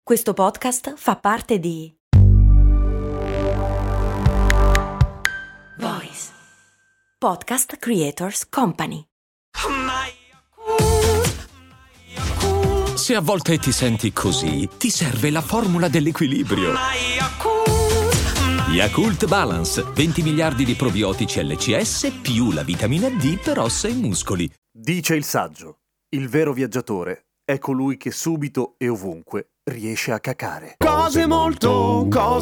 Questo podcast fa parte di Voice Podcast Creators Company. Se a volte ti senti così, ti serve la formula dell'equilibrio. Yakult Balance, 20 miliardi di probiotici LCS più la vitamina D per ossa e muscoli. Dice il saggio, il vero viaggiatore è colui che subito e ovunque riesce a cacare. Cose molto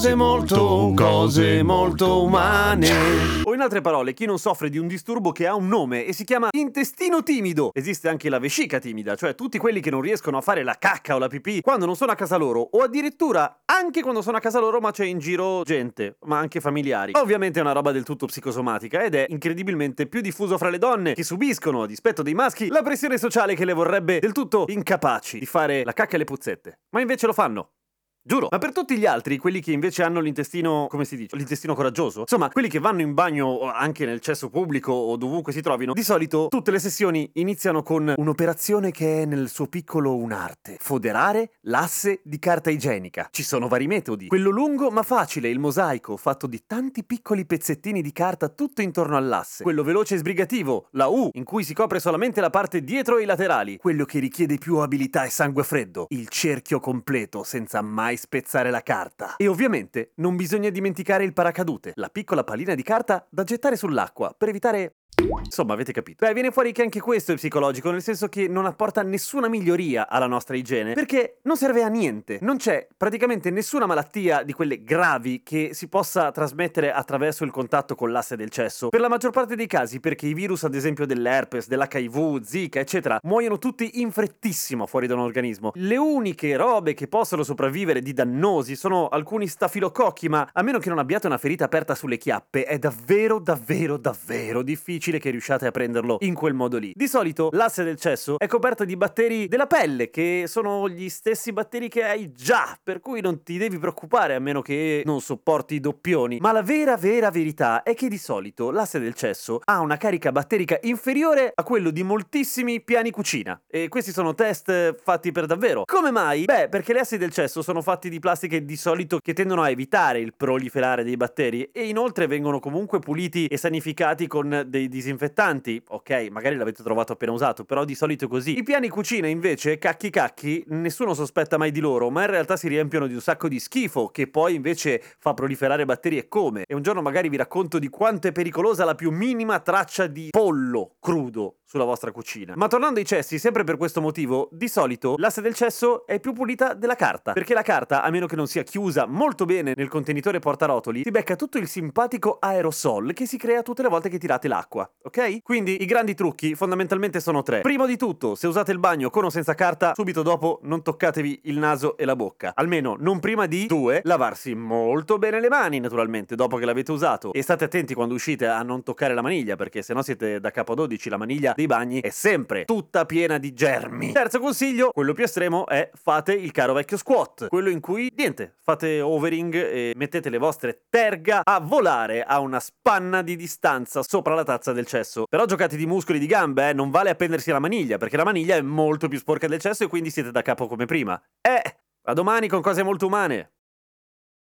umane. O in altre parole, chi non soffre di un disturbo che ha un nome e si chiama intestino timido. Esiste anche la vescica timida, cioè tutti quelli che non riescono a fare la cacca o la pipì quando non sono a casa loro, o addirittura anche quando sono a casa loro ma c'è in giro gente, ma anche familiari. Ovviamente è una roba del tutto psicosomatica ed è incredibilmente più diffuso fra le donne, che subiscono, a dispetto dei maschi, la pressione sociale che le vorrebbe del tutto incapaci di fare la cacca e le puzzette. Ma invece lo fanno. Giuro. Ma per tutti gli altri, quelli che invece hanno l'intestino, come si dice? L'intestino coraggioso? Insomma, quelli che vanno in bagno anche nel cesso pubblico o dovunque si trovino, di solito tutte le sessioni iniziano con un'operazione che è nel suo piccolo un'arte. Foderare l'asse di carta igienica. Ci sono vari metodi. Quello lungo ma facile, il mosaico, fatto di tanti piccoli pezzettini di carta tutto intorno all'asse. Quello veloce e sbrigativo, la U, in cui si copre solamente la parte dietro e i laterali. Quello che richiede più abilità e sangue freddo. Il cerchio completo, senza mai spezzare la carta. E ovviamente non bisogna dimenticare il paracadute, la piccola pallina di carta da gettare sull'acqua per evitare... Insomma, avete capito. Beh, viene fuori che anche questo è psicologico, nel senso che non apporta nessuna miglioria alla nostra igiene, perché non serve a niente. Non c'è praticamente nessuna malattia di quelle gravi che si possa trasmettere attraverso il contatto con l'asse del cesso. Per la maggior parte dei casi, perché i virus, ad esempio dell'herpes, dell'HIV, Zika, eccetera, muoiono tutti in frettissimo fuori da un organismo. Le uniche robe che possono sopravvivere di dannosi sono alcuni stafilococchi, ma a meno che non abbiate una ferita aperta sulle chiappe, è davvero difficile che riusciate a prenderlo in quel modo lì. Di solito l'asse del cesso è coperta di batteri della pelle, che sono gli stessi batteri che hai già, per cui non ti devi preoccupare a meno che non sopporti i doppioni. Ma la vera verità è che di solito l'asse del cesso ha una carica batterica inferiore a quello di moltissimi piani cucina. E questi sono test fatti per davvero. Come mai? Beh, perché le assi del cesso sono fatti di plastiche di solito che tendono a evitare il proliferare dei batteri e inoltre vengono comunque puliti e sanificati con dei disinfettanti. Ok, magari l'avete trovato appena usato, però di solito è così. I piani cucina invece, cacchi, nessuno sospetta mai di loro, ma in realtà si riempiono di un sacco di schifo che poi invece fa proliferare batteri e come. E un giorno magari vi racconto di quanto è pericolosa la più minima traccia di pollo crudo sulla vostra cucina. Ma tornando ai cessi, sempre per questo motivo, di solito l'asse del cesso è più pulita della carta, perché la carta, a meno che non sia chiusa molto bene nel contenitore portarotoli, si becca tutto il simpatico aerosol che si crea tutte le volte che tirate l'acqua, ok? Quindi i grandi trucchi fondamentalmente sono tre. Primo di tutto, se usate il bagno con o senza carta, subito dopo non toccatevi il naso e la bocca. Almeno non prima di 2. Lavarsi molto bene le mani, naturalmente, dopo che l'avete usato. E state attenti quando uscite a non toccare la maniglia, perché sennò siete da capo 12, la maniglia dei bagni è sempre tutta piena di germi. Terzo consiglio, quello più estremo, è fate il caro vecchio squat, quello in cui niente, fate overing e mettete le vostre terga a volare a una spanna di distanza sopra la tazza del cesso. Però giocate di muscoli di gambe, non vale appendersi alla maniglia, perché la maniglia è molto più sporca del cesso e quindi siete da capo come prima. A domani con cose molto umane.